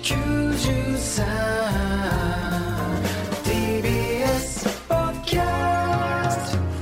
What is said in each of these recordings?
93TBS ポッドキャスト。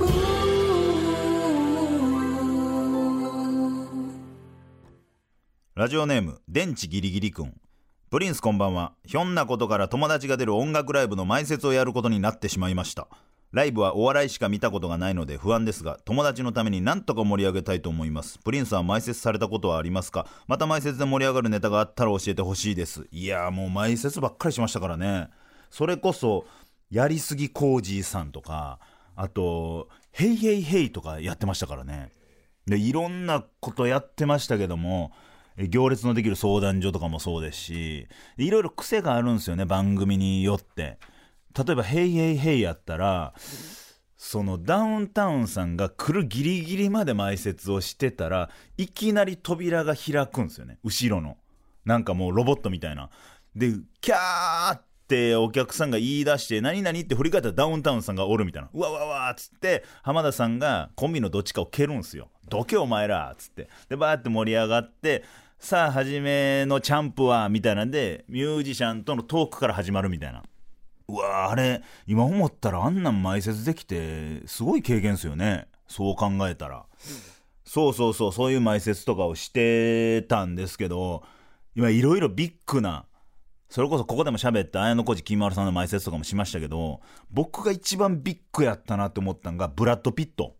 ラジオネーム電池ギリギリくん。プリンスこんばんは。ひょんなことから友達が出る音楽ライブの前説をやることになってしまいました。ライブはお笑いしか見たことがないので不安ですが、友達のためになんとか盛り上げたいと思います。プリンスは前説されたことはありますか？また前説で盛り上がるネタがあったら教えてほしいです。いやもう前説ばっかりしましたからね。それこそやりすぎコージーさんとか、あとヘイヘイヘイとかやってましたからね。でいろんなことやってましたけども、行列のできる相談所とかもそうですし、いろいろ癖があるんですよね、番組によって。例えばヘイヘイヘイやったら、そのダウンタウンさんが来るギリギリまで前説をしてたら、いきなり扉が開くんですよね、後ろの。なんかもうロボットみたいなで、キャーってお客さんが言い出して、何々って振り返ったらダウンタウンさんがおるみたいな。うわわわっつって浜田さんがコンビのどっちかを蹴るんすよ。どけお前らっつって。でバーって盛り上がって、さあ初めのチャンプはみたいなんでミュージシャンとのトークから始まるみたいな。うわあれ今思ったらあんなん前説できてすごい経験ですよね、そう考えたら。そういう前説とかをしてたんですけど、今いろいろビッグな、それこそここでも喋った綾小路きみまろさんの前説とかもしましたけど、僕が一番ビッグやったなって思ったのがブラッド・ピット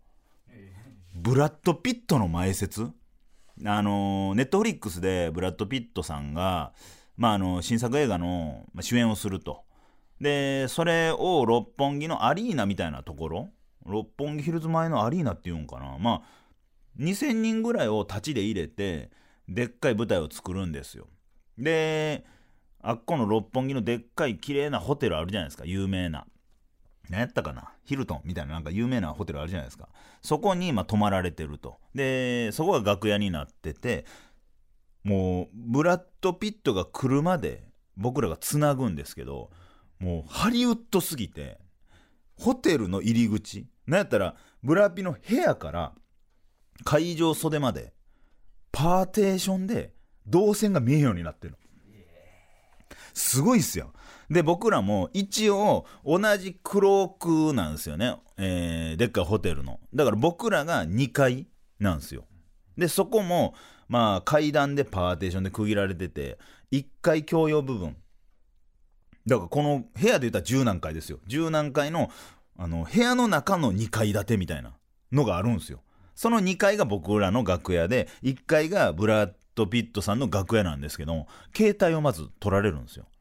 の前説。ネットフリックスでブラッド・ピットさんが、新作映画の主演をすると。でそれを六本木のアリーナみたいなところ、六本木ヒルズ前のアリーナっていうんかな、2000人ぐらいを立ちで入れてでっかい舞台を作るんですよ。であっこの六本木のでっかい綺麗なホテルあるじゃないですか、有名な。何やったかな、ヒルトンみたいななんか有名なホテルあるじゃないですか。そこに泊まられてると。でそこが楽屋になってて、もうブラッド・ピットが来るまで僕らがつなぐんですけど、もうハリウッドすぎて、ホテルの入り口、なんやったらブラピの部屋から会場袖までパーテーションで動線が見えるようになってるの。すごいっすよ。で僕らも一応同じクロークなんですよね、でっかいホテルの。だから僕らが2階なんですよ。でそこも階段でパーテーションで区切られてて、1階共用部分だから、この部屋で言ったら10何階ですよ。10何階の、部屋の中の2階建てみたいなのがあるんですよ。その2階が僕らの楽屋で、1階がブラッド・ピットさんの楽屋なんですけど、携帯をまず撮られるんですよ。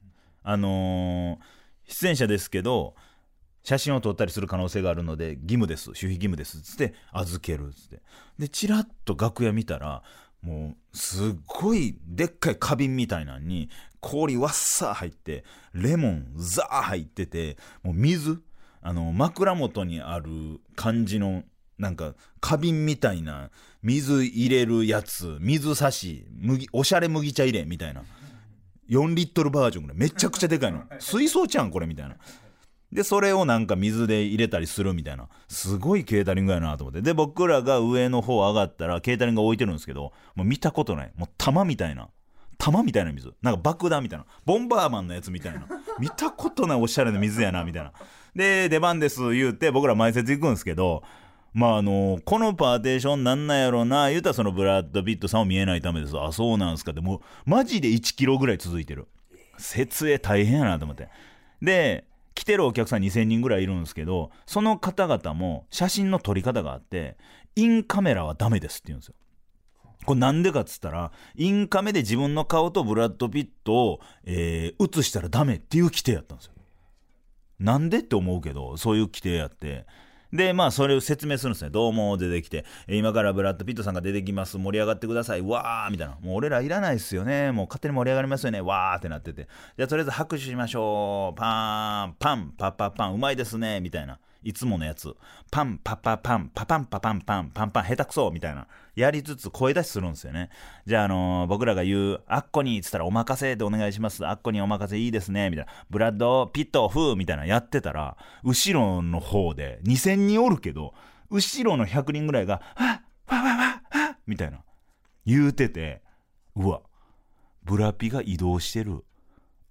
出演者ですけど写真を撮ったりする可能性があるので義務です、守秘義務ですつって預けるつって。でチラッと楽屋見たら、もうすっごいでっかい花瓶みたいなのに氷わっさー入って、レモンザー入ってて、もう水、枕元にある感じのなんか花瓶みたいな水入れるやつ、水差しおしゃれ麦茶入れみたいな4リットルバージョンぐらいめちゃくちゃでかいの。水槽ちゃんこれみたいな。でそれをなんか水で入れたりするみたいな、すごいケータリングやなと思って。で僕らが上の方上がったらケータリングが置いてるんですけど、もう見たことない、もう玉みたいな水、なんか爆弾みたいな、ボンバーマンのやつみたいな、見たことないおしゃれな水やなみたいな。で出番です言うて僕ら前説行くんですけど、このパーテーションなんなんやろな言うたら、そのブラッド・ピットさんを見えないためです。あ、そうなんすかって。もうマジで1キロぐらい続いてる。設営大変やなと思って。で来てるお客さん2000人ぐらいいるんですけど、その方々も写真の撮り方があって、インカメラはダメですって言うんですよ。これなんでかっつったら、インカメで自分の顔とブラッド・ピットを、写したらダメっていう規定やったんですよ。なんでって思うけど、そういう規定やって。でそれを説明するんですね。どうも出てきて、今からブラッド・ピットさんが出てきます、盛り上がってください、わーみたいな。もう俺らいらないっすよね、もう勝手に盛り上がりますよね、わーってなってて、じゃあとりあえず拍手しましょう、パーンパンパッパッパンうまいですねみたいな、いつものやつ、パンパッパパンパパンパパンパンパンパン下手くそみたいなやりつつ声出しするんですよね。じゃあ僕らが言うあっこにっつったら、お任せでお願いします、あっこにお任せいいですねみたいな、ブラッドピットフーみたいなやってたら、後ろの方で2000人おるけど、後ろの100人ぐらいがはっわわわはっみたいな言うてて、うわブラピが移動してる、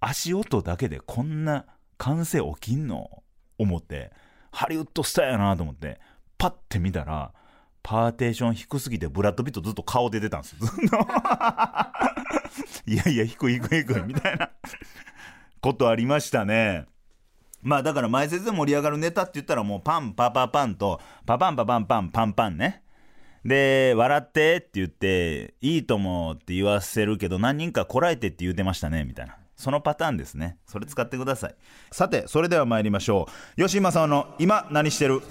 足音だけでこんな歓声起きんの思って、ハリウッドスターやなと思ってパッて見たら、パーテーション低すぎてブラッド・ピットずっと顔で出たんですよいやいや低いみたいなことありましたね。まあだから前説で盛り上がるネタって言ったらもうパンパパパンとパパンパパンパンパンパンね。で笑ってって言っていいともって言わせるけど何人かこらえてって言うてましたねみたいな、そのパターンですね。それ使ってください。さてそれでは参りましょう。吉井正夫の今何してる。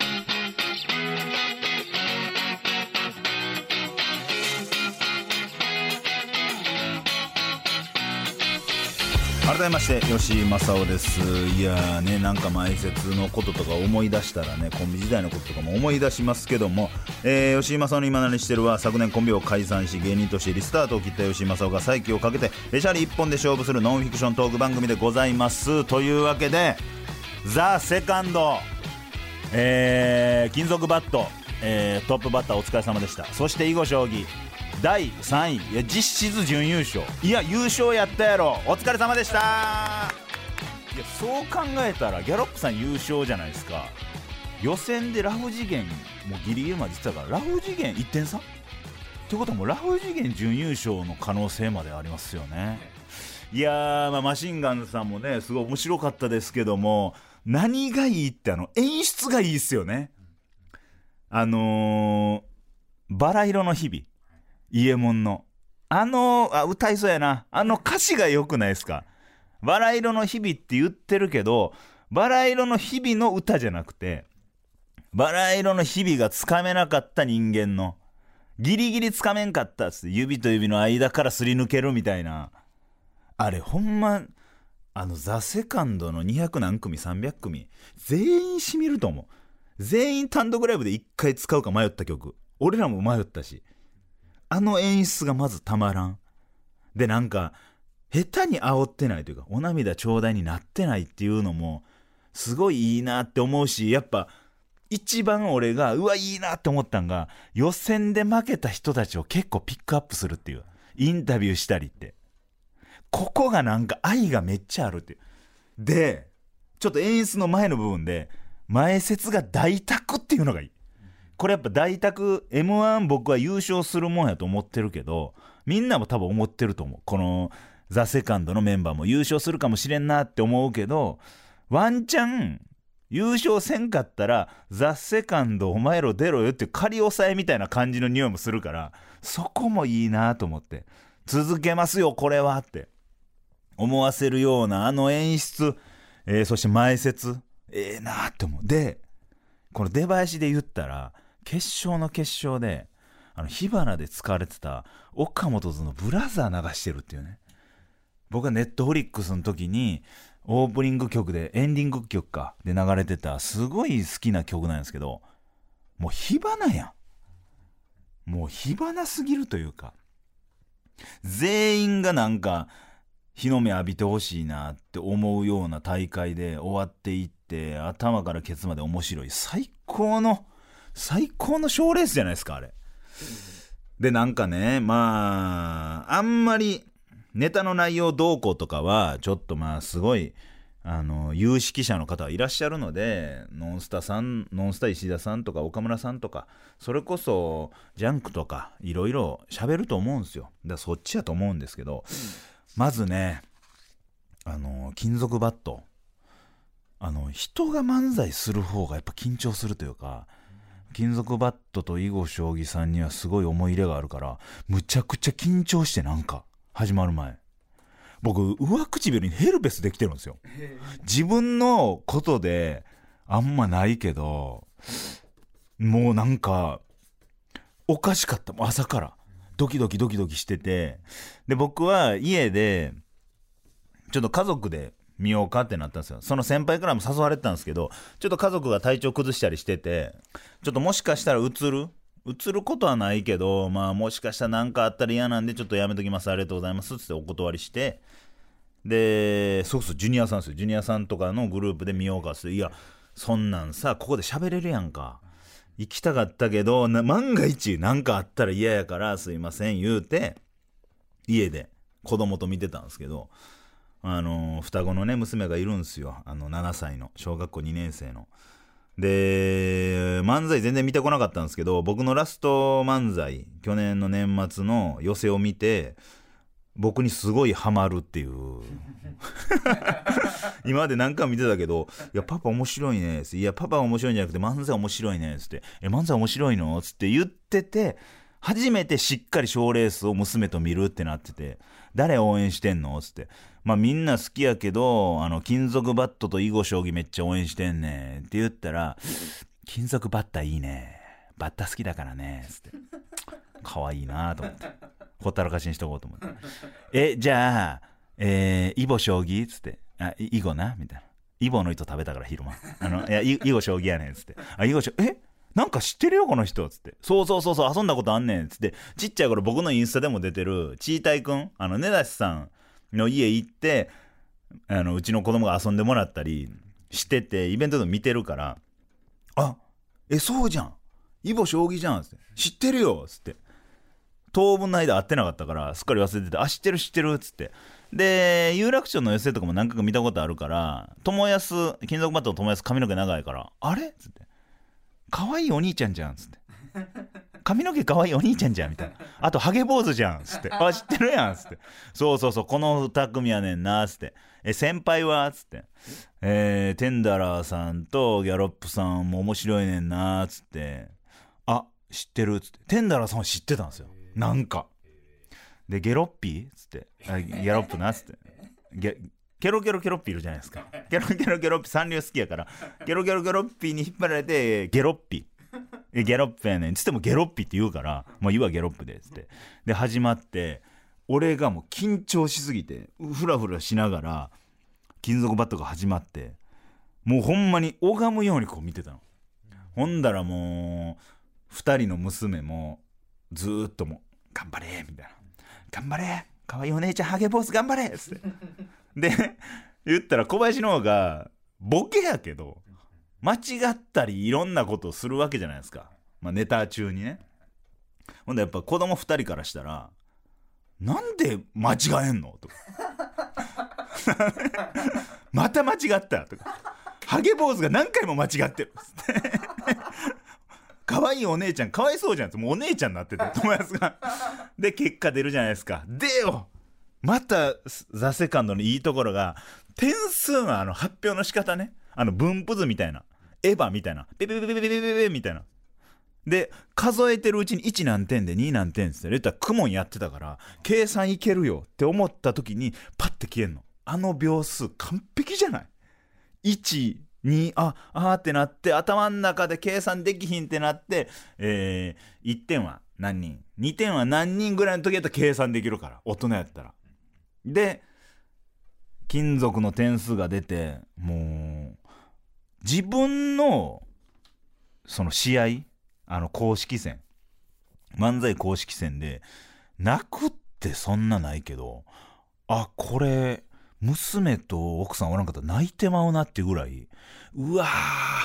改めまして吉井正夫です。いやーね、なんか前説のこととか思い出したらね、コンビ時代のこととかも思い出しますけども、吉井正夫の今何してるは昨年コンビを解散し芸人としてリスタートを切った吉井正夫が再起をかけてシャリ一本で勝負するノンフィクショントーク番組でございます。というわけでザ・セカンド、金属バット、トップバッターお疲れ様でした。そして囲碁将棋第3位、いや実質準優勝、いや優勝やったやろ、お疲れ様でした。いやそう考えたらギャロップさん優勝じゃないですか。予選でラフ次元もうギリギリまでいってたから、ラフ次元1点差ってことはもうラフ次元準優勝の可能性までありますよね。いやー、まあ、マシンガンズさんもねすごい面白かったですけども、何がいいって演出がいいっすよね。バラ色の日々、イエモンの歌いそうやな、歌詞が良くないですか。バラ色の日々って言ってるけど、バラ色の日々の歌じゃなくて、バラ色の日々がつかめなかった人間のギリギリつかめんかったっつって指と指の間からすり抜けるみたいな、あれほんまザ・セカンドの200何組300組全員しみると思う。全員単独ライブで1回使うか迷った曲、俺らも迷ったし、演出がまずたまらん。でなんか下手に煽ってないというか、お涙ちょうだいになってないっていうのもすごいいいなって思うし、やっぱ一番俺がうわいいなって思ったんが、予選で負けた人たちを結構ピックアップするっていう、インタビューしたりって、ここがなんか愛がめっちゃあるっていう。でちょっと演出の前の部分で前説が大卓っていうのがいい。これやっぱ大卓 M1 僕は優勝するもんやと思ってるけど、みんなも多分思ってると思う。このザ・セカンドのメンバーも優勝するかもしれんなって思うけど、ワンチャン優勝せんかったらザ・セカンドお前ら出ろよっていう仮押さえみたいな感じの匂いもするから、そこもいいなと思って、続けますよこれはって思わせるような演出、そして前説なって思う。でこの出囃子で言ったら決勝の決勝で火花で使われてた岡本図のブラザー流してるっていうね。僕はネットフリックスの時にオープニング曲でエンディング曲かで流れてたすごい好きな曲なんですけど、もう火花やん、もう火花すぎるというか、全員がなんか日の目浴びてほしいなって思うような大会で終わっていって、頭からケツまで面白い最高の賞レースじゃないですかあれ。でなんかね、まああんまりネタの内容どうこうとかはちょっとまあすごい有識者の方はいらっしゃるので、ノンスタ石田さんとか岡村さんとか、それこそジャンクとかいろいろ喋ると思うんですよ。だからそっちやと思うんですけど、まずね金属バット、人が漫才する方がやっぱ緊張するというか、金属バットと囲碁将棋さんにはすごい思い入れがあるから、むちゃくちゃ緊張して、なんか始まる前僕上唇にヘルペスできてるんですよ。自分のことであんまないけど、もうなんかおかしかった。もう朝からドキドキしてて、で僕は家でちょっと家族で見ようかってなったんですよ。その先輩からも誘われてたんですけど、ちょっと家族が体調崩したりしてて、ちょっともしかしたらうつることはないけど、まあもしかしたら何かあったら嫌なんでちょっとやめときます、ありがとうございますってお断りして、でそうジュニアさんですよ。ジュニアさんとかのグループで見ようかって、いやそんなんさここで喋れるやんか、行きたかったけど万が一何かあったら嫌やからすいません言うて家で子供と見てたんですけど、 双子のね娘がいるんですよ。7歳の小学校2年生の。で漫才全然見てこなかったんですけど、僕のラスト漫才去年の年末の寄せを見て僕にすごいハマるっていう今まで何回も見てたけど、いやパパ面白いね、いやパパ面白いんじゃなくて漫才面白いねつって、漫才面白いのつって言ってて、初めてしっかり賞レースを娘と見るってなってて、誰応援してんのつって、まあみんな好きやけど金属バットと囲碁将棋めっちゃ応援してんねんって言ったら、金属バッターいいね、バッター好きだからねつって、可愛いなと思ってほったらかしにしとこうと思って、じゃあ囲碁将棋つって、囲碁なみたいな、囲碁の糸食べたから昼間いや囲碁将棋やねんつって、囲碁将棋なんか知ってるよこの人つって、そう遊んだことあんねんつって、ちっちゃい頃僕のインスタでも出てるちいたいくん、根出さんの家行ってうちの子供が遊んでもらったりしてて、イベントでも見てるから、そうじゃん、囲碁将棋じゃんつって、知ってるよつって、当分の間会ってなかったからすっかり忘れてて、知ってるっつって、で有楽町の寄せとかも何回か見たことあるから、友安金属バットの友安髪の毛長いから、あれっつって、可愛いお兄ちゃんじゃんつって、髪の毛可愛いお兄ちゃんじゃんみたいな、あとハゲ坊主じゃんつって、知ってるやんつって、そうこの2組やねんなつって、先輩はつって、テンダラーさんとギャロップさんも面白いねんなつって、知ってるっつって、テンダラーさんは知ってたんですよ、なんかで、ゲロッピーっつって、ギャロップなっつって、ケロケロケロッピーいるじゃないですか、ケロケロケロッピー三流好きやから、ケロケロケロッピーに引っ張られてゲロッピー、ゲロップやねんつってもゲロッピーって言うから、もう言うわゲロップでっつって、で始まって、俺がもう緊張しすぎてフラフラしながら金属バットが始まって、もうほんまに拝むようにこう見てたの。ほんだらもう2人の娘もずーっともう頑張れみたいな、頑張れ可愛いお姉ちゃんハゲ坊主頑張れっつってで言ったら小林の方がボケやけど間違ったりいろんなことをするわけじゃないですか、ネタ中にね。ほんでやっぱ子供2人からしたら、なんで間違えんのとかまた間違ったとか、ハゲ坊主が何回も間違ってる可愛いお姉ちゃんかわいそうじゃんって、もうお姉ちゃんになってて友安がで結果出るじゃないですか。でよ、またザ・セカンドのいいところが、点数の発表の仕方ね、分布図みたいな、エヴァみたいな、ペペペペペペペペみたいなで数えてるうちに1何点で2何点って言ったらクモンやってたから計算いけるよって思った時にパッて消えんの。秒数完璧じゃない。1、2、ってなって、頭の中で計算できひんってなって、1点は何人、2点は何人ぐらいの時やったら計算できるから、大人やったら。で金属の点数が出て、もう自分のその試合、公式戦、漫才公式戦で泣くってそんなないけど、これ娘と奥さんおらんかったら泣いてまうなっていうぐらい、うわー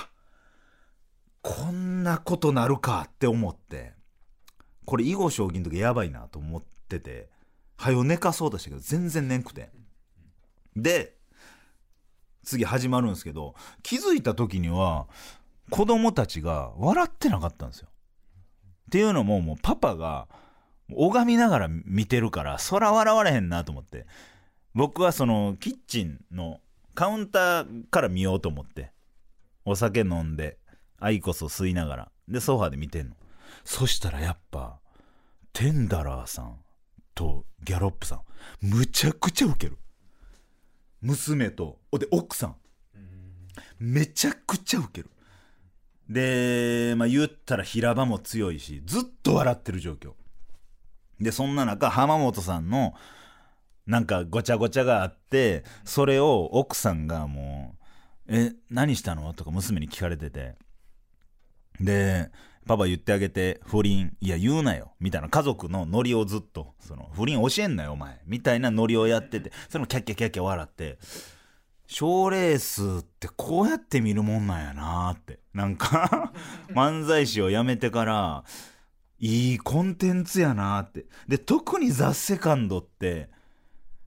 こんなことなるかって思って、これ囲碁将棋の時やばいなと思ってて、はよ寝かそうとしたけど全然寝んくて、で次始まるんですけど、気づいた時には子供たちが笑ってなかったんですよ。っていうのも、もうパパが拝みながら見てるから、そら笑われへんなと思って、僕はそのキッチンのカウンターから見ようと思って、お酒飲んでアイコスを吸いながらでソファーで見てんの。そしたらやっぱテンダラーさんとギャロップさんむちゃくちゃウケる。娘とで奥さんめちゃくちゃウケる。で言ったら平場も強いし、ずっと笑ってる状況で、そんな中浜本さんのなんかごちゃごちゃがあって、それを奥さんがもう何したのとか娘に聞かれてて、でパパ言ってあげて、不倫いや言うなよみたいな家族のノリをずっと、その不倫教えんなよお前みたいなノリをやってて、それもキャッキャキャッキャ笑って、賞レースってこうやって見るもんなんやなって、なんか漫才師を辞めてからいいコンテンツやなって。で特にザ・セカンドって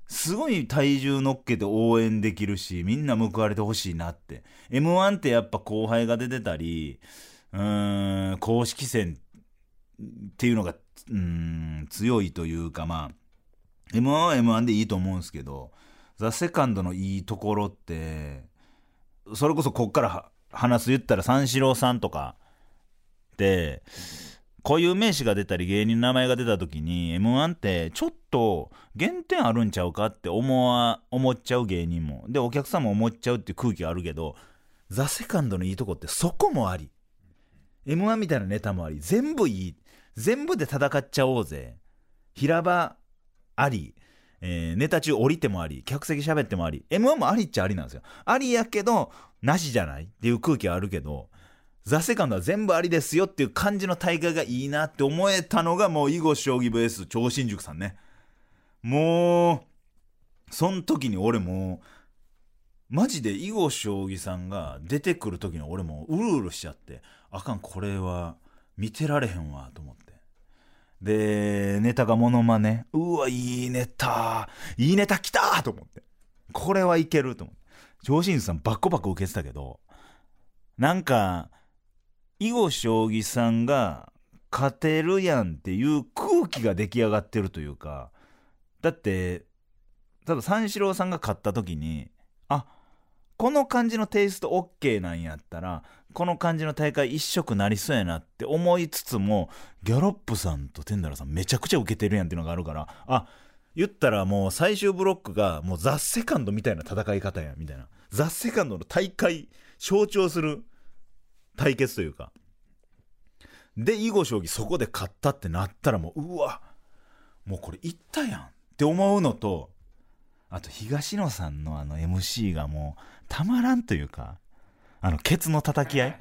すごい体重乗っけて応援できるし、みんな報われてほしいなって。M1 ってやっぱ後輩が出てたり、公式戦っていうのが強いというか、まあ M1 は M1 でいいと思うんですけど、ザ・セカンドのいいところって、それこそこっから話す言ったら三四郎さんとかで固有名詞が出たり芸人の名前が出た時に M1 ってちょっと減点あるんちゃうかって思っちゃう芸人もで、お客さんも思っちゃうっていう空気があるけど、ザ・セカンドのいいとこってそこもあり、 M1 みたいなネタもあり、全部いい、全部で戦っちゃおうぜ、平場あり、ネタ中降りてもあり、客席喋ってもあり、 M1 もありっちゃありなんですよ。ありやけどなしじゃないっていう空気はあるけど、ザ・セカンドは全部ありですよっていう感じの大会がいいなって思えたのがもう囲碁将棋 vs 超新塾さんね。もうそん時に俺もマジで囲碁将棋さんが出てくる時に俺もうるうるしちゃって、あかん、これは見てられへんわと思って。でネタがモノマネ、うわいいネタ来たと思って、これはいけると思って、超新塾さんバッコバコ受けてたけど、なんか囲碁将棋さんが勝てるやんっていう空気が出来上がってるというか、だって多分三四郎さんが勝った時に、あ、この感じのテイスト OK なんやったらこの感じの大会一色なりそうやなって思いつつも、ギャロップさんとテンダラさんめちゃくちゃ受けてるやんっていうのがあるから、あ、言ったらもう最終ブロックがもうザ・セカンドみたいな戦い方やみたいな、ザ・セカンドの大会象徴する対決というかで、囲碁将棋そこで勝ったってなったらもう、うわもうこれいったやんって思うのと、あと東野さんのMC がもうたまらんというか、ケツの叩き合い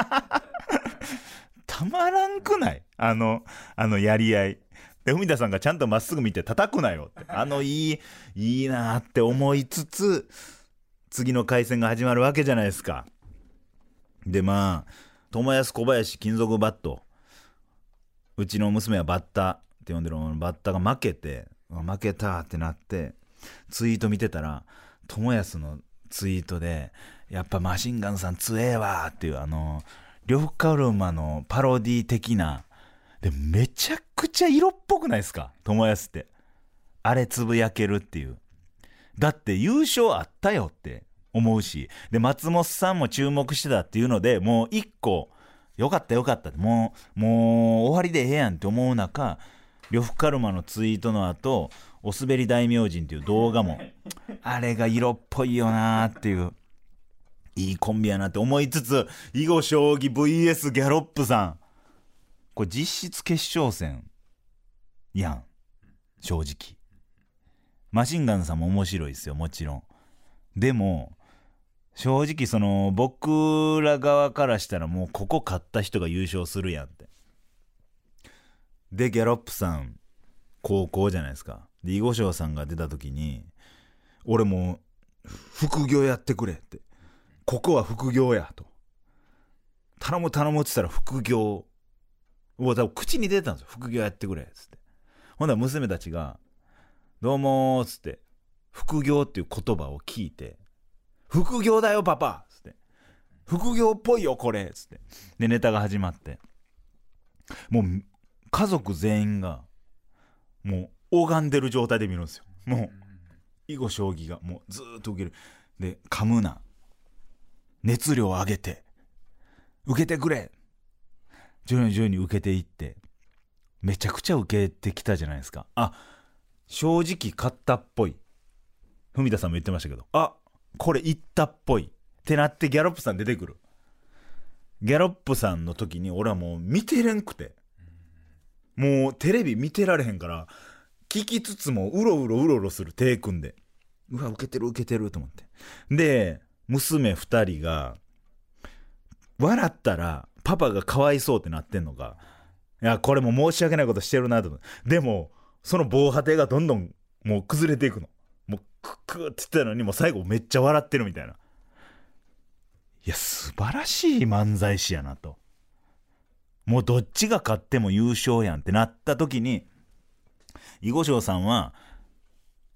たまらんくない？やり合いで、文田さんがちゃんとまっすぐ見て叩くなよって、いいなって思いつつ次の回戦が始まるわけじゃないですか。でまあ友安小林金属バット、うちの娘はバッタって呼んでるバッタが負けて、負けたってなってツイート見てたら、友安のツイートでやっぱマシンガンさん強えわっていう、呂布カルマのパロディ的なで、めちゃくちゃ色っぽくないですか友安って、あれつぶやけるっていう。だって優勝あったよって思うし、で松本さんも注目してたっていうので、もう一個よかったって、もう終わりでええやんって思う中、呂布カルマのツイートの後、おすべり大明神っていう動画もあれが色っぽいよなーっていう、いいコンビやなって思いつつ、囲碁将棋 vs ギャロップさん、これ実質決勝戦やん正直。マシンガンさんも面白いですよもちろん。でも正直その僕ら側からしたらもうここ勝った人が優勝するやんって。でギャロップさん高校じゃないですか。で囲碁将さんが出た時に、俺もう副業やってくれって、ここは副業やと、頼むって言ったら副業を多分口に出てたんですよ、副業やってくれっつって。ほんなら娘たちがどうもーっつって副業っていう言葉を聞いて、副業だよパパっつって、副業っぽいよこれっつって、でネタが始まって、もう家族全員がもう拝んでる状態で見るんですよ。もう囲碁将棋がもうずーっと受ける。で噛むな、熱量を上げて受けてくれ、徐々に受けていって、めちゃくちゃ受けてきたじゃないですか。あ、正直勝ったっぽい、文田さんも言ってましたけど、あ、これいったっぽいってなってギャロップさん出てくる。ギャロップさんの時に俺はもう見てれんくて、もうテレビ見てられへんから聞きつつもうろうろする手組んで、うわ受けてると思って、で娘2人が笑ったらパパがかわいそうってなってんのか、いやこれも申し訳ないことしてるなと思って、でもその防波堤がどんどんもう崩れていくの、もうクックって言ってたのにもう最後めっちゃ笑ってるみたいな。いや素晴らしい漫才師やなと。もうどっちが勝っても優勝やんってなった時に、囲碁将さんは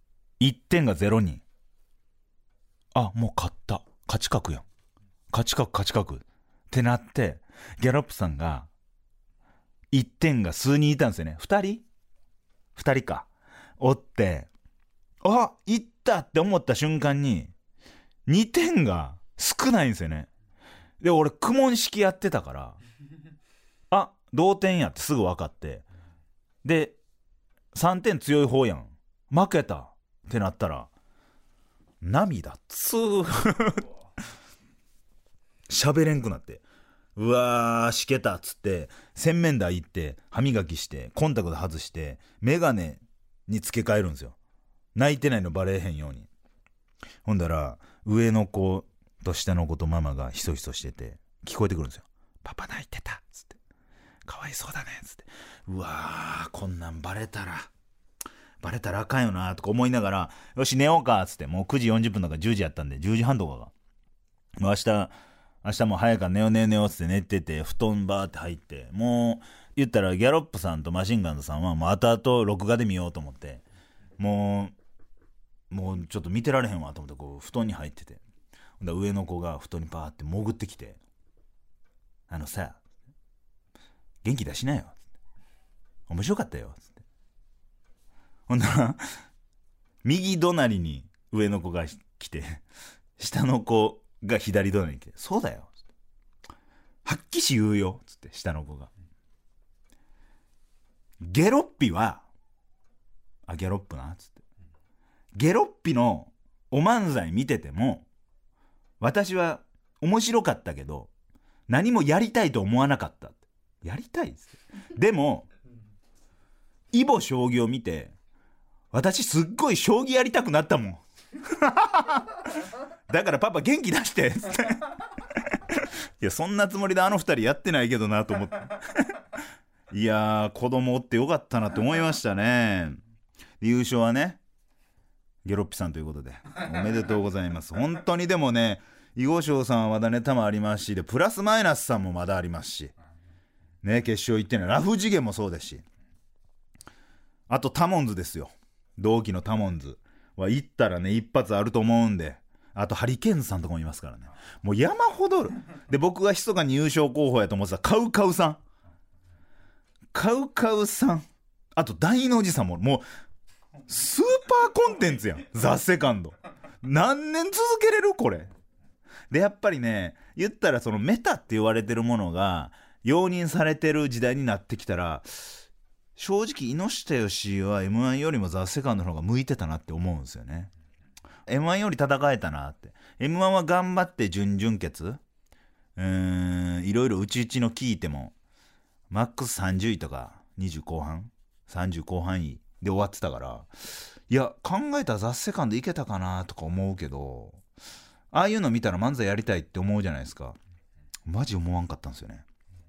1点が0人。あ、もう勝ち確やん。勝ち確ってなって、ギャロップさんが1点が数人いたんですよね。2人かおって、あ、いったって思った瞬間に2点が少ないんですよね。で、俺苦悶式やってたから、あ、同点やってすぐ分かって、で3点強い方やん、負けたってなったら涙喋れんくなって、うわーしけたっつって洗面台行って歯磨きしてコンタクト外してメガネに付け替えるんですよ。泣いてないのバレへんように。ほんだら上の子と下の子とママがひそひそしてて聞こえてくるんですよ。パパ泣いてたっつって、かわいそうだねっつって、うわーこんなんバレたらあかんよなとか思いながら、よし寝ようかっつって、もう9時40分とか10時やったんで10時半とかが、もう明日も早いから寝ようっつって寝てて、布団バーって入って、もう言ったらギャロップさんとマシンガンズさんはもう後々録画で見ようと思って、もうちょっと見てられへんわと思ってこう布団に入ってて、上の子が布団にパーって潜ってきて、さ元気出しなよっつって、面白かったよっつって、ほんなら右隣に上の子が来て、下の子が左隣に来て、そうだよっつって、はっきし言うよっつって、下の子がゲロッピはギャロップなっつって、ゲロッピのお漫才見てても私は面白かったけど何もやりたいと思わなかった。やりたいっすでもイボ将棋を見て私すっごい将棋やりたくなったもんだからパパ元気出してっつっていやそんなつもりで2人やってないけどなと思っていやー子供おってよかったなって思いましたね。優勝はねゲロッピさんということでおめでとうございます本当に。でもね囲碁将さんはまだネタもありますし、でプラスマイナスさんもまだありますしね、決勝行ってないラフ次元もそうですし、あとタモンズですよ。同期のタモンズは行ったらね一発あると思うんで、あとハリケーンズさんとかもいますからね、もう山ほどで、僕が密かに優勝候補やと思ってたカウカウさん、あと大のおじさんももうスーパーコンテンツやんザ・セカンド。何年続けれるこれで。やっぱりね言ったらそのメタって言われてるものが容認されてる時代になってきたら、正直猪下よしは M1 よりもザ・セカンドの方が向いてたなって思うんですよね。 M1 より戦えたなって。 M1 は頑張って準々決いろいろうちの聞いてもマックス30位とか20後半30後半位で終わってたから、いや考えたらザ・セカンドいけたかなとか思うけど、ああいうの見たら漫才やりたいって思うじゃないですか。マジ思わんかったんですよね。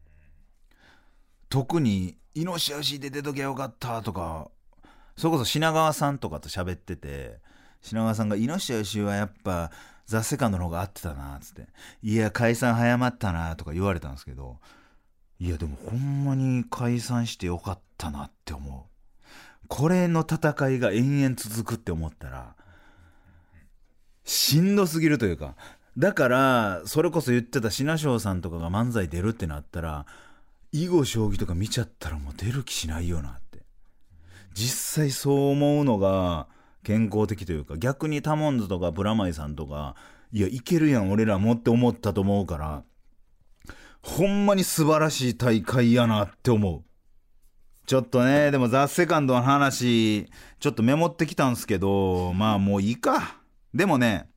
特にイノシシで出ときゃよかったとか、それこそ品川さんとかと喋ってて、品川さんがイノシシはやっぱザ・セカンドの方が合ってたなっつって、いや解散早まったなとか言われたんですけど、いやでもほんまに解散してよかったなって思う。これの戦いが延々続くって思ったらしんどすぎるというか、だからそれこそ言ってた品庄さんとかが漫才出るってなったら、囲碁将棋とか見ちゃったらもう出る気しないよなって、実際そう思うのが健康的というか、逆にタモンズとかブラマイさんとかいやいけるやん俺らもって思ったと思うから、ほんまに素晴らしい大会やなって思う。ちょっとねでもザ・セカンドの話ちょっとメモってきたんすけど、まあもういいか。でもね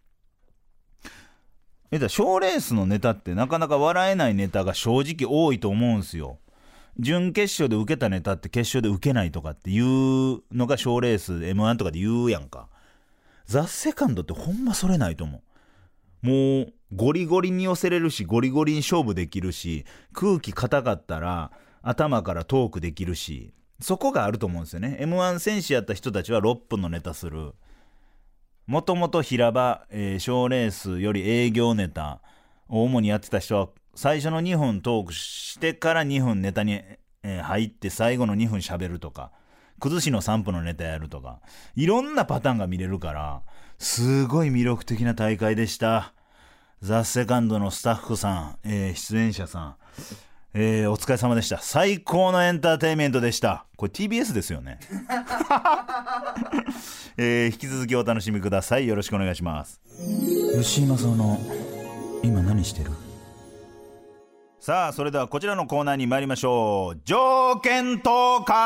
賞レースのネタってなかなか笑えないネタが正直多いと思うんすよ。準決勝で受けたネタって決勝で受けないとかっていうのが賞レース M1 とかで言うやんか。ザ・セカンドってほんまそれないと思う。もうゴリゴリに寄せれるし、ゴリゴリに勝負できるし、空気硬かったら頭からトークできるし、そこがあると思うんですよね。 M1 戦士やった人たちは6分のネタする。もともと平場賞レースより営業ネタを主にやってた人は最初の2分トークしてから2分ネタに入って最後の2分喋るとか崩しの散歩のネタやるとか、いろんなパターンが見れるから、すごい魅力的な大会でした。ザ・セカンドのスタッフさん、出演者さん、お疲れ様でした。最高のエンターテインメントでした。これ TBS ですよね。引き続きお楽しみください。よろしくお願いします。吉井正夫の今何してる？さあ、それではこちらのコーナーに参りましょう。条件トーカー。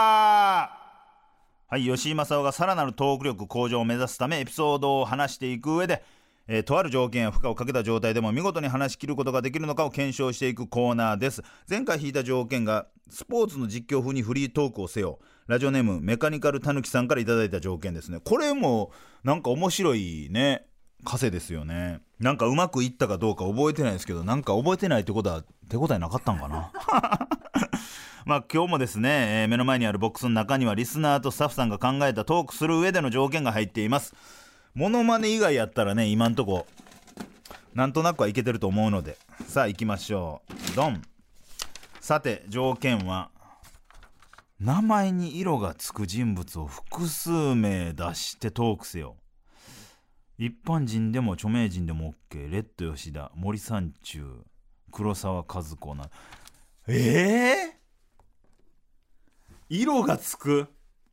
はい、吉井正夫がさらなるトーク力向上を目指すためエピソードを話していく上で、とある条件や負荷をかけた状態でも見事に話し切ることができるのかを検証していくコーナーです。前回引いた条件がスポーツの実況風にフリートークをせよ。ラジオネームメカニカルたぬきさんからいただいた条件ですね。これもなんか面白いね枷ですよね。なんかうまくいったかどうか覚えてないですけど、なんか覚えてないってことは手応えなかったんかな。まあ今日もですね、目の前にあるボックスの中にはリスナーとスタッフさんが考えたトークする上での条件が入っています。モノマネ以外やったらね、今んとこなんとなくはいけてると思うので、さあ行きましょう。ドン。さて条件は、名前に色がつく人物を複数名出してトークせよ。一般人でも著名人でも OK。 レッド吉田、森三中、黒沢和子な。色がつく、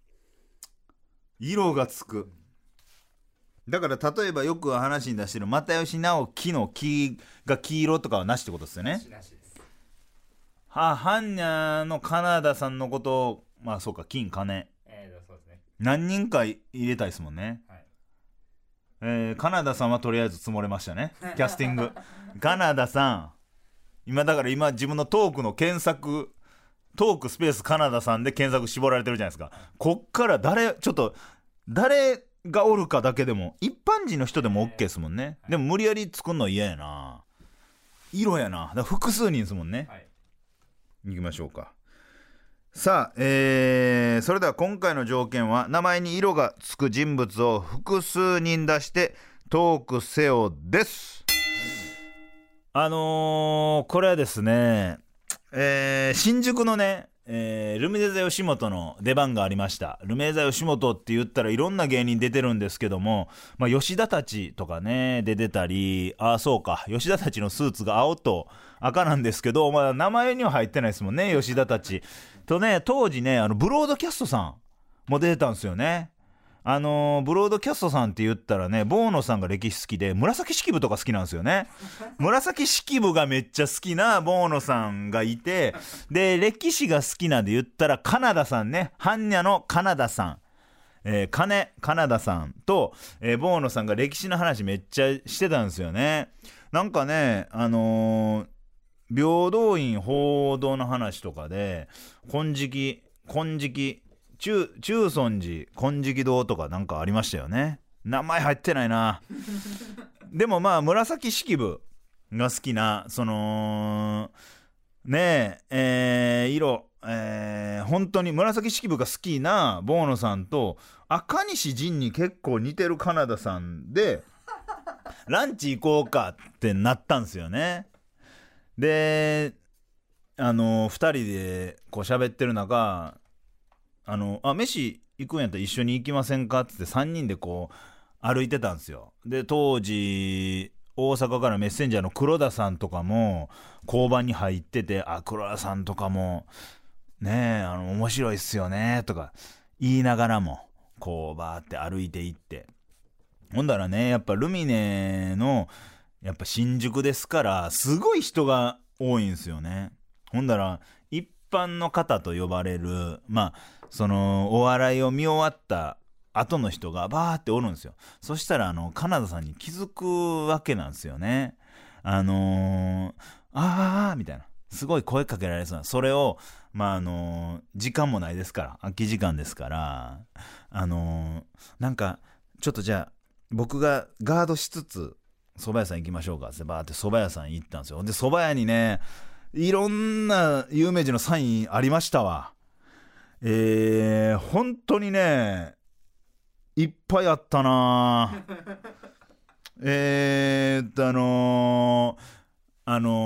色がつく。だから例えばよく話に出してる又吉直樹の木が黄色とかはなしってことですよね。 なしです。 ハンニャのカナダさんのことを、まあそうか、金金、 そうですね。 何人か入れたいですもんね。 はい。 カナダさんはとりあえず積もれましたね。キャスティング。カナダさん、今だから自分のトークの検索、トークスペースカナダさんで検索絞られてるじゃないですか。こっから誰がおるかだけでも、一般人の人でも OK ですもんね。でも無理やり作んの嫌やな。色やな。だから複数人ですもんね。 はい。 行きましょうか。さあ、それでは今回の条件は、名前に色がつく人物を複数人出してトークせよです。これはですね、新宿のね、ルミネ座吉本の出番がありました。ルミネ座吉本って言ったらいろんな芸人出てるんですけども、まあ、吉田たちとかね出てたり、そうか、吉田たちのスーツが青と赤なんですけど、まあ、名前には入ってないですもんね。吉田たちとね、当時ね、ブロードキャストさんも出てたんですよね。ブロードキャストさんって言ったらね、ボーノさんが歴史好きで紫式部とか好きなんですよね。紫式部がめっちゃ好きなボーノさんがいて、で歴史が好きなんで言ったらカナダさんね、般若のカナダさん、カナダさんと、ボーノさんが歴史の話めっちゃしてたんですよね。なんかね、平等院報道の話とかで、金色中尊寺金色堂とかなんかありましたよね。名前入ってないな。でもまあ紫式部が好きな、そのね色、本当に紫式部が好きなボーノさんと赤西仁に結構似てるカナダさんでランチ行こうかってなったんですよね。で2人でこう喋ってる中、飯行くんやったら一緒に行きませんかって3人でこう歩いてたんですよ。で当時大阪からメッセンジャーの黒田さんとかも交番に入ってて、黒田さんとかもね面白いっすよねとか言いながらもこうバーって歩いていって、ほんだらね、やっぱルミネのやっぱ新宿ですからすごい人が多いんですよね。ほんだら一般の方と呼ばれる、まあそのお笑いを見終わった後の人がバーっておるんですよ。そしたらカナダさんに気づくわけなんですよね。みたいなすごい声かけられそうな、それを時間もないですから、空き時間ですから、なんかちょっとじゃあ僕がガードしつつ蕎麦屋さん行きましょうかってバーって蕎麦屋さん行ったんですよ。で蕎麦屋にね、いろんな有名人のサインありましたわ。本当にねいっぱいあったな。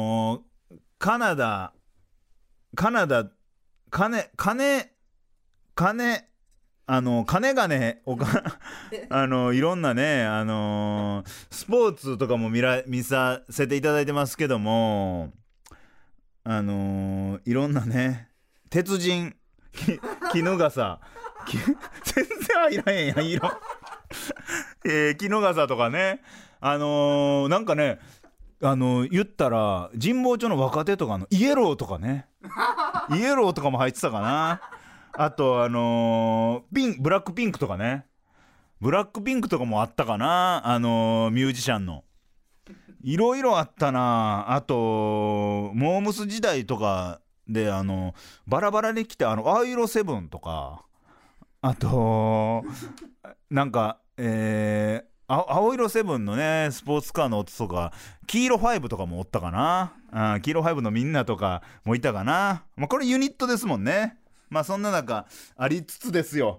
カナダ金金がねいろんなねスポーツとかも見させていただいてますけどもいろんなね鉄人衣笠全然入らへんやん色衣笠とかねなんかね言ったら神保町の若手とかのイエローとかねイエローとかも入ってたかな。あとブラックピンクとかねブラックピンクとかもあったかな。ミュージシャンのいろいろあったな。あとモームス時代とかでバラバラに来て青色セブンとかあとなんか青色セブンのねスポーツカーの音とか黄色5とかもおったかな。黄色5のみんなとかもいたかな。これユニットですもんね。そんな中ありつつですよ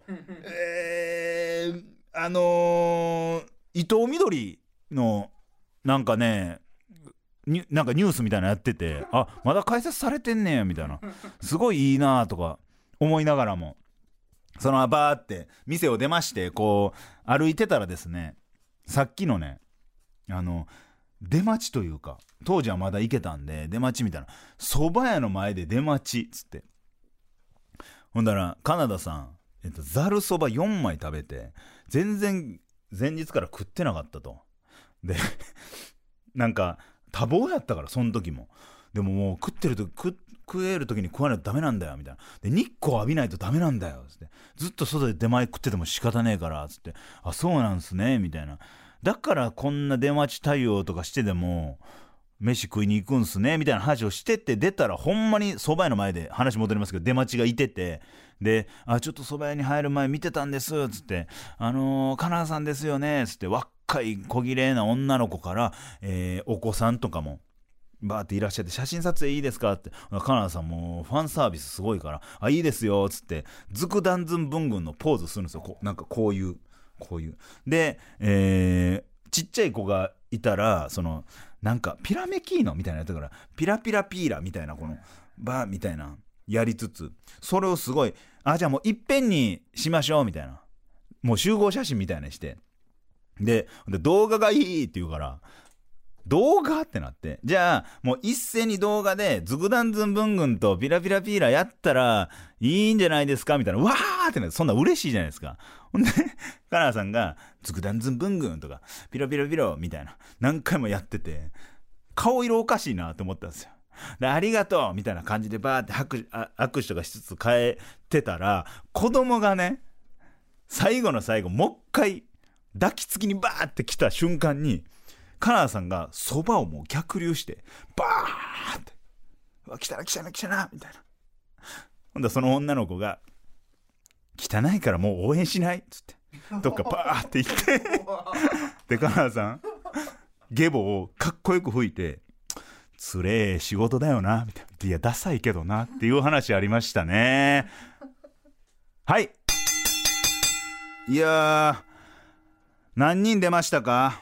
伊藤みどりのなんかねなんかニュースみたいなのやっててまだ解説されてんねんみたいなすごいいいなとか思いながらもそのバーって店を出ましてこう歩いてたらですねさっきのね出待ちというか当時はまだ行けたんで出待ちみたいな蕎麦屋の前で出待ちっつってほんだらカナダさんざるそば4枚食べて全然前日から食ってなかったと。でなんか多忙やったからその時もでももう食える時に食わないとダメなんだよみたいな。で日光浴びないとダメなんだよつってずっと外で出前食ってても仕方ねえからつってそうなんすねみたいな。だからこんな出待ち対応とかしてでも飯食いに行くんすねみたいな話をしてて出たらほんまに蕎麦屋の前で話戻りますけど出待ちがいててでちょっと蕎麦屋に入る前見てたんですつってカナダさんですよねつって若い小綺麗な女の子から、お子さんとかもバーっていらっしゃって写真撮影いいですかってカナダさんもファンサービスすごいからいいですよつってズクダンズン文軍のポーズするんですよ。なんかこういうで、ちっちゃい子がいたらなんかピラメキーノみたいなやつだからピラピラピーラみたいなこのバーみたいなやりつつそれをすごいじゃあもういっぺんにしましょうみたいなもう集合写真みたいにしてで動画がいいって言うから動画ってなってじゃあもう一斉に動画でズグダンズン文軍とピラピラピーラやったらいいんじゃないですかみたいなわーってなってそんな嬉しいじゃないですか。ほんでカナダさんがズグダンズン文軍とかピラピラピラみたいな何回もやってて顔色おかしいなって思ったんですよ。でありがとうみたいな感じでバーって握手とかしつつ変えてたら子供がね最後の最後もう一回抱きつきにバーって来た瞬間にカナダさんがそばをもう逆流してバーって来たなみたいな。ほんでその女の子が汚いからもう応援しないっつってどっかバーって行ってでカナダさんゲボをかっこよく吹いてつれえ仕事だよなみたいな。いやダサいけどなっていう話ありましたね。はいいや何人出ましたか。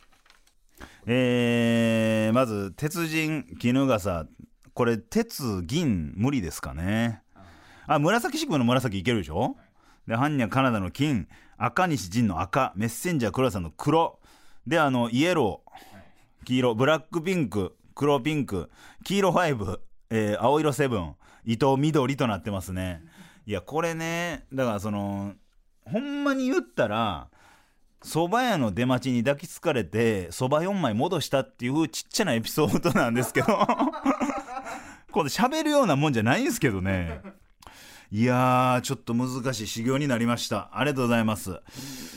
まず鉄人衣笠これ鉄銀無理ですかね。紫式部の紫いけるでしょ。で般若カナダの金赤西仁の赤メッセンジャー黒田さんの黒でイエロー黄色ブラックピンク黒ピンク黄色5、青色セブン伊藤緑となってますね。いやこれねだからほんまに言ったら蕎麦屋の出待ちに抱きつかれて蕎麦4枚戻したっていうちっちゃなエピソードなんですけどこれ喋るようなもんじゃないんですけどね。いやーちょっと難しい修行になりました。ありがとうございます。こ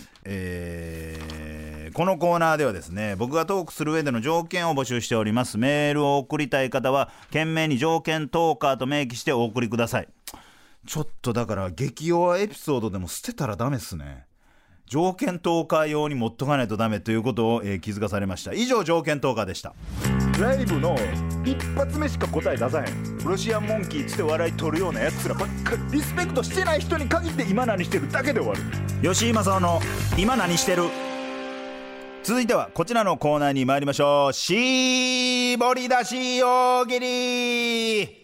のコーナーではですね僕がトークする上での条件を募集しております。メールを送りたい方は懸命に条件トーカーと明記してお送りください。ちょっとだから激弱エピソードでも捨てたらダメっすね。条件トーカー用に持っとかないとダメということを、気づかされました。以上条件トーカーでした。ライブの一発目しか答え出さへんロシアンモンキーつって笑い取るようなやつらばっかりリスペクトしてない人に限って今何してるだけで終わる。吉井正夫の今何してる。続いてはこちらのコーナーに参りましょう。絞り出し大喜利。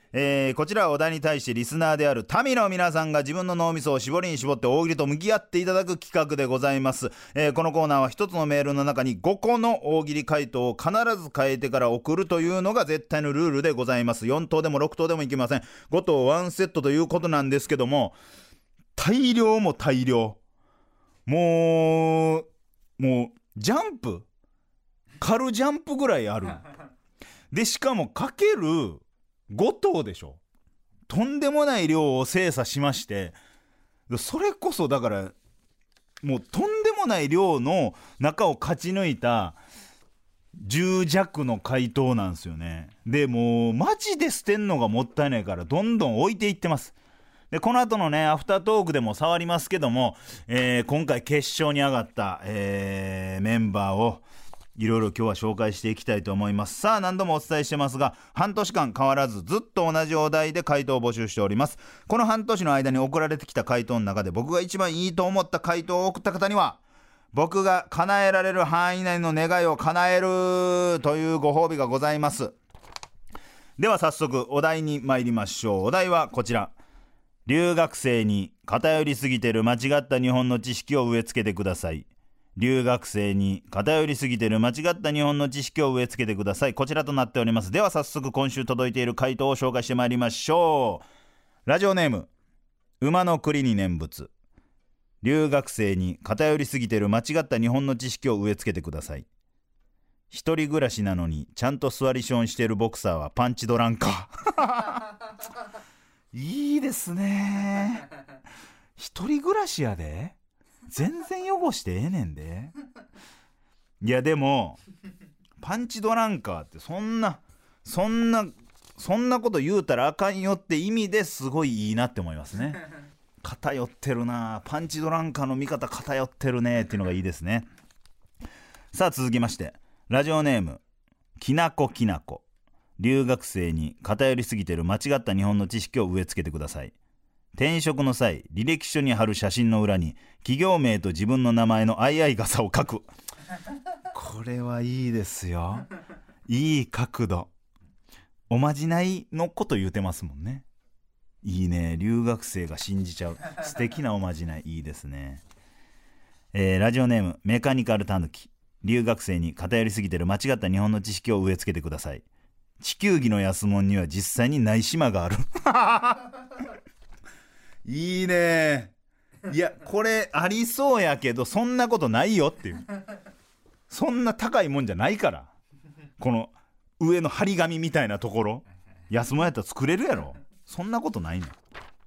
こちらはお題に対してリスナーである民の皆さんが自分の脳みそを絞りに絞って大喜利と向き合っていただく企画でございます。このコーナーは一つのメールの中に5個の大喜利回答を必ず変えてから送るというのが絶対のルールでございます。4答でも6答でもいけません。5答1セットということなんですけども、大量も大量、もうジャンプカルジャンプぐらいあるで、しかもかける5頭でしょ。とんでもない量を精査しまして、それこそだからもうとんでもない量の中を勝ち抜いた10弱の回答なんですよね。でもうマジで捨てんのがもったいないからどんどん置いていってます。でこの後のねアフタートークでも触りますけども、今回決勝に上がった、メンバーをいろいろ今日は紹介していきたいと思います。さあ何度もお伝えしてますが、半年間変わらずずっと同じお題で回答を募集しております。この半年の間に送られてきた回答の中で僕が一番いいと思った回答を送った方には、僕が叶えられる範囲内の願いを叶えるというご褒美がございます。では早速お題に参りましょう。お題はこちら。留学生に偏りすぎてる間違った日本の知識を植え付けてください。留学生に偏りすぎてる間違った日本の知識を植え付けてください。こちらとなっております。では早速今週届いている回答を紹介してまいりましょう。ラジオネーム馬の栗に念仏。留学生に偏りすぎてる間違った日本の知識を植え付けてください。一人暮らしなのにちゃんと座りションしてるボクサーはパンチドランカーいいですね。一人暮らしやで全然汚してええねんで。いやでもパンチドランカーってそんなこと言うたらあかんよって意味ですごいいいなって思いますね。偏ってるな、パンチドランカーの見方偏ってるねっていうのがいいですね。さあ続きましてラジオネームきなこきなこ。留学生に偏りすぎてる間違った日本の知識を植え付けてください。転職の際履歴書に貼る写真の裏に企業名と自分の名前の相合い傘を書く。これはいいですよ。いい角度。おまじないのこと言うてますもんね。いいね。留学生が信じちゃう素敵なおまじない。いいですね。ラジオネームメカニカルタヌキ。留学生に偏りすぎてる間違った日本の知識を植え付けてください。地球儀の安物には実際にない島がある。いいね。いやこれありそうやけどそんなことないよっていう。そんな高いもんじゃないから。この上の張り紙みたいなところ安物やったら作れるやろ。そんなことないね。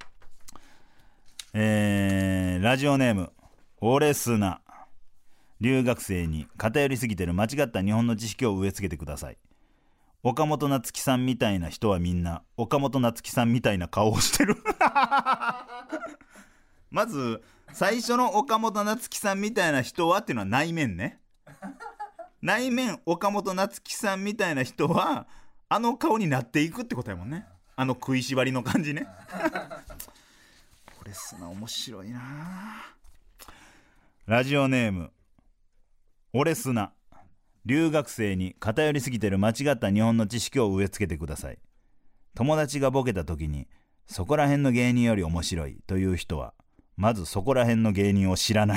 ラジオネームオレスナ。留学生に偏りすぎてる間違った日本の知識を植え付けてください。岡本夏樹さんみたいな人はみんな岡本夏樹さんみたいな顔をしてる。まず最初の岡本夏樹さんみたいな人はっていうのは内面ね。内面岡本夏樹さんみたいな人はあの顔になっていくってことやもんね。あの食いしばりの感じね。これすな面白いな。ラジオネーム俺すな。留学生に偏りすぎてる間違った日本の知識を植え付けてください。友達がボケた時にそこら辺の芸人より面白いという人はまずそこら辺の芸人を知らない。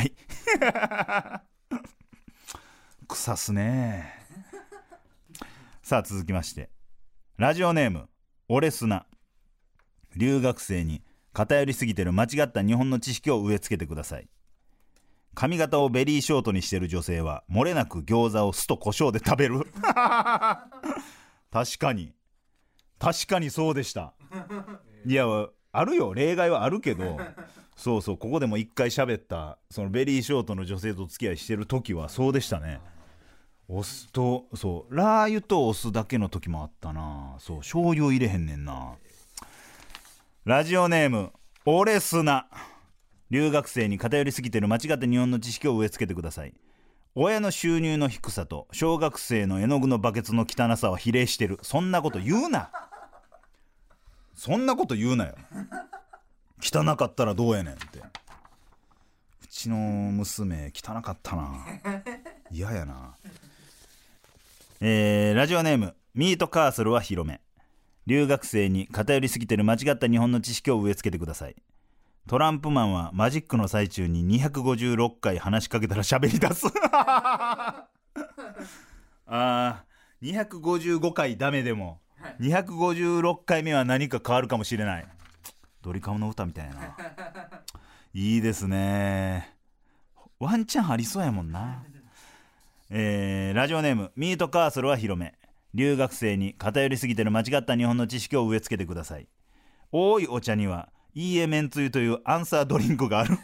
腐すね。さあ続きましてラジオネーム俺すな。留学生に偏りすぎてる間違った日本の知識を植え付けてください。髪型をベリーショートにしてる女性は漏れなく餃子を酢と胡椒で食べる。確かにそうでした。いやあるよ、例外はあるけど、そうそう、ここでも一回喋ったそのベリーショートの女性と付き合いしてる時はそうでしたね。お酢とそうラー油とお酢だけの時もあったな。そう醤油を入れへんねんな。ラジオネームオレスナ。留学生に偏りすぎてる間違った日本の知識を植え付けてください。親の収入の低さと小学生の絵の具のバケツの汚さは比例してる。そんなこと言うな。そんなこと言うなよ。汚かったらどうやねんって。うちの娘汚かったな。嫌やな。ラジオネームミートカーソルは広め。 留学生に偏りすぎてる間違った日本の知識を植え付けてください。トランプマンはマジックの最中に256回話しかけたら喋り出す255回ダメでも256回目は何か変わるかもしれない。ドリカムの歌みたいないいですね。ワンチャンありそうやもんな。ラジオネームミートカーソルは広め。留学生に偏りすぎてる間違った日本の知識を植え付けてください。多いお茶にはいいえめんつゆというアンサードリンクがある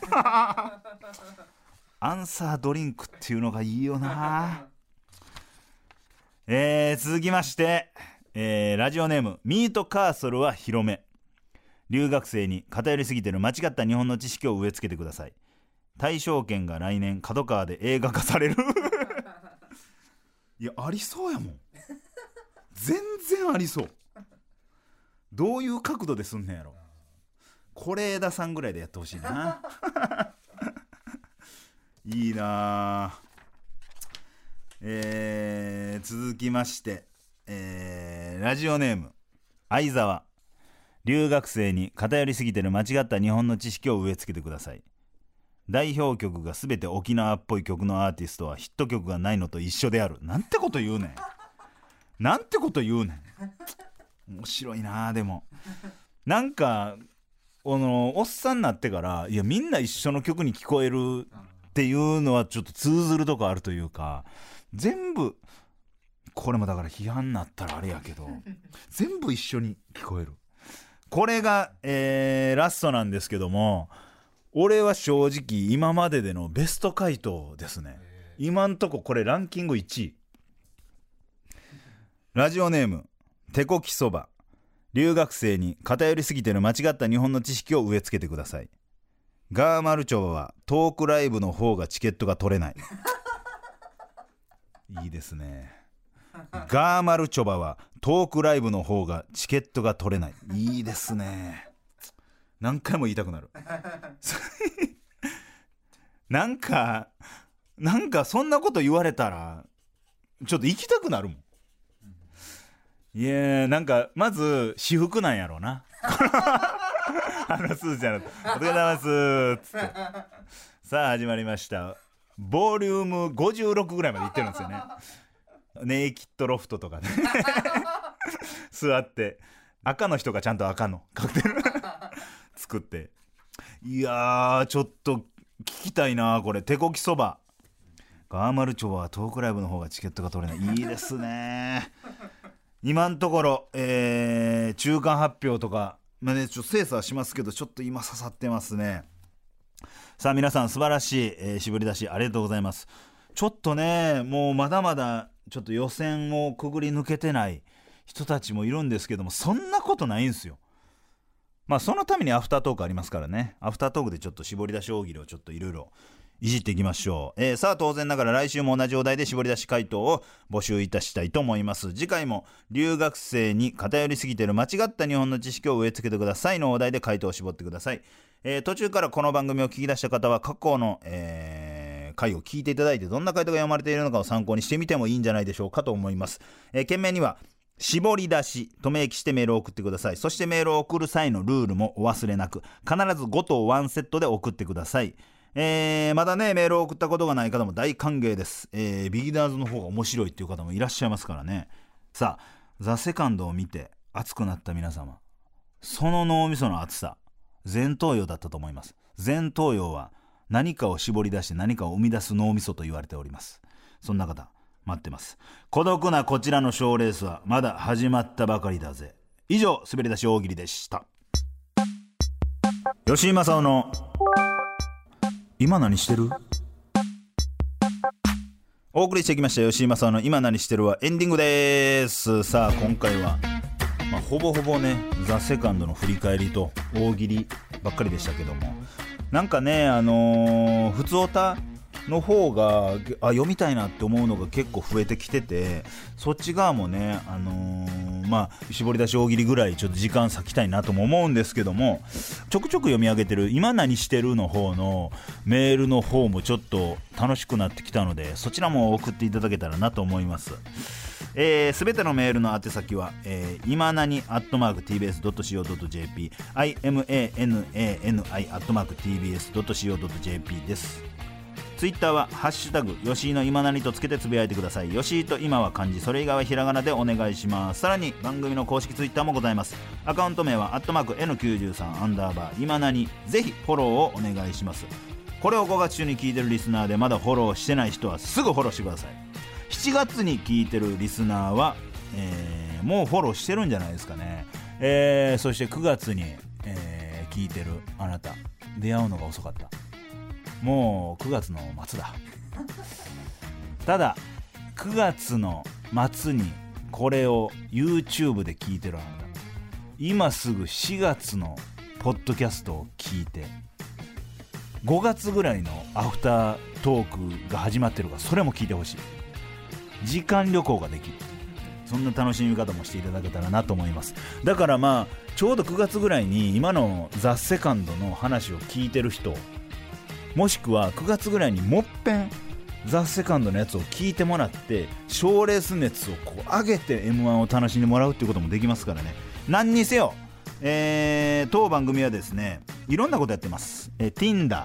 アンサードリンクっていうのがいいよな。続きまして、ラジオネームミートカーソルは広め。留学生に偏りすぎてる間違った日本の知識を植え付けてください。大正圏が来年角川で映画化されるいやありそうやもん全然ありそう。どういう角度ですんねんやろ。是枝さんぐらいでやってほしいないいな。続きまして、ラジオネーム相沢。留学生に偏りすぎてる間違った日本の知識を植え付けてください。代表曲が全て沖縄っぽい曲のアーティストはヒット曲がないのと一緒である。なんてこと言うねんなんてこと言うねん。面白いな。でもなんかおっさんになってからいやみんな一緒の曲に聞こえるっていうのはちょっと通ずるとこあるというか、全部これもだから批判になったらあれやけど全部一緒に聞こえる。これが、ラストなんですけども、俺は正直今まででのベスト回答ですね。今んとここれランキング1位。ラジオネーム手こきそば。留学生に偏りすぎてる間違った日本の知識を植え付けてください。ガーマルチョバはトークライブの方がチケットが取れないいいですね。ガーマルチョバはトークライブの方がチケットが取れない。いいですね。何回も言いたくなるなんかそんなこと言われたらちょっと行きたくなるもん。いやなんかまず私服なんやろうなスーちゃんお疲れ様ですつってさあ始まりました。ボリューム56ぐらいまで行ってるんですよね。ネイキッドロフトとかね座って赤の人がちゃんと赤のカクテル作って、いやーちょっと聞きたいなこれ。手こきそばガーマルチョはトークライブの方がチケットが取れない。いいですね今のところ、中間発表とか、ちょっと精査はしますけどちょっと今刺さってますね。さあ皆さん素晴らしい、絞り出しありがとうございます。ちょっとねもうまだまだちょっと予選をくぐり抜けてない人たちもいるんですけども、そんなことないんですよ。まあそのためにアフタートークありますからね。アフタートークでちょっと絞り出し大喜利をちょっといろいろいじっていきましょう。さあ当然ながら来週も同じお題で絞り出し回答を募集いたしたいと思います。次回も留学生に偏りすぎている間違った日本の知識を植え付けてくださいのお題で回答を絞ってください。途中からこの番組を聞き出した方は過去の、回を聞いていただいてどんな回答が読まれているのかを参考にしてみてもいいんじゃないでしょうかと思います。件名には絞り出しと明記してメールを送ってください。そしてメールを送る際のルールもお忘れなく、必ず5と1セットで送ってください。まだねメールを送ったことがない方も大歓迎です。ビギナーズの方が面白いっていう方もいらっしゃいますからね。さあザ・セカンドを見て熱くなった皆様、その脳みその熱さ前頭葉だったと思います。前頭葉は何かを絞り出して何かを生み出す脳みそと言われております。そんな方待ってます。孤独なこちらの賞レースはまだ始まったばかりだぜ。以上滑り出し大喜利でした。吉井正夫の今何してる？お送りしてきました吉井正夫の今何してるはエンディングです。さあ今回は、ほぼほぼねザ・セカンドの振り返りと大喜利ばっかりでしたけども、なんかねふつおたの方が読みたいなって思うのが結構増えてきてて、そっち側もね絞り出し大喜利ぐらいちょっと時間割きたいなとも思うんですけども、ちょくちょく読み上げてる今何してるの方のメールの方もちょっと楽しくなってきたので、そちらも送っていただけたらなと思います。すべてのメールの宛先は、今なに@tbs.co.jp imanani@tbs.co.jp です。ツイッターはハッシュタグ吉井の今なにとつけてつぶやいてください。吉井と今は漢字、それ以外はひらがなでお願いします。さらに番組の公式ツイッターもございます。アカウント名は@N93_ 今なに、ぜひフォローをお願いします。これを5月中に聞いてるリスナーでまだフォローしてない人はすぐフォローしてください。7月に聞いてるリスナーは、もうフォローしてるんじゃないですかね。そして9月に、聞いてるあなた、出会うのが遅かった。もう9月の末だ。ただ9月の末にこれを YouTube で聞いてるあなた、今すぐ4月のポッドキャストを聞いて、5月ぐらいのアフタートークが始まってるから、それも聞いてほしい。時間旅行ができる、そんな楽しみ方もしていただけたらなと思います。だからちょうど9月ぐらいに今のザ・セカンドの話を聞いてる人、もしくは9月ぐらいにもっぺんザ・セカンドのやつを聞いてもらって賞レース熱を上げて M1 を楽しんでもらうっていうこともできますからね。何にせよ、当番組はですね、いろんなことやってます。Tinder、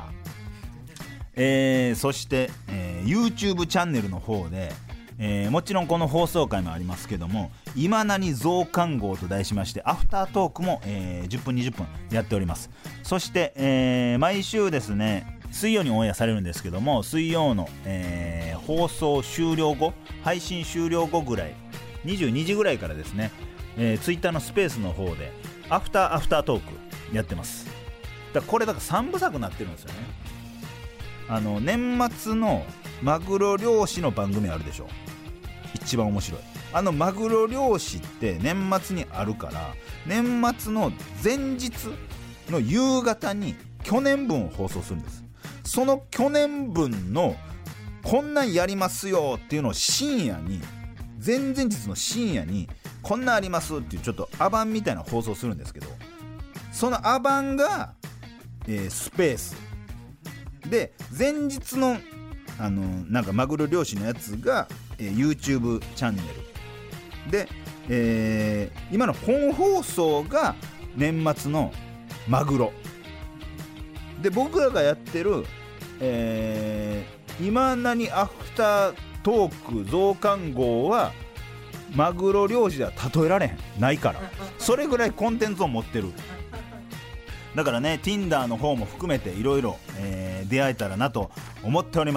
そして、YouTube チャンネルの方で、もちろんこの放送回もありますけども、今なに増刊号と題しましてアフタートークも、10分20分やっております。そして、毎週ですね、水曜にオンエアされるんですけども、水曜の、放送終了後、配信終了後ぐらい、22時ぐらいからですね、Twitter のスペースの方でアフタートークやってます。これだから3部作になってるんですよね。年末のマグロ漁師の番組あるでしょ、一番面白い。マグロ漁師って年末にあるから、年末の前日の夕方に去年分を放送するんです。その去年分のこんなんやりますよっていうのを深夜に、前々日の深夜にこんなんありますっていうちょっとアバンみたいな放送するんですけど、そのアバンが、スペースで、前日のなんかマグロ漁師のやつが、YouTube チャンネルで、今の本放送が年末のマグロで、僕らがやってる、今なにアフタートーク増刊号はマグロ漁師では例えられへんないから、それぐらいコンテンツを持ってる。だからね、 Tinder の方も含めていろいろ出会えたらなと思っております。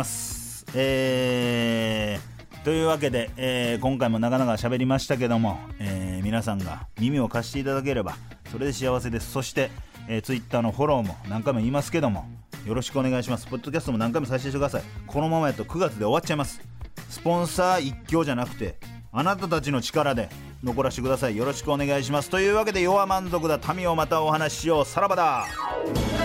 というわけで、今回もなかなか喋りましたけども、皆さんが耳を貸していただければそれで幸せです。そして、Twitter のフォローも何回も言いますけども、よろしくお願いします。ポッドキャストも何回も再生してください。このままやと9月で終わっちゃいます。スポンサー一強じゃなくて、あなたたちの力で残らせてください。よろしくお願いします。というわけで、弱満足だ民をまたお話ししよう。さらばだ。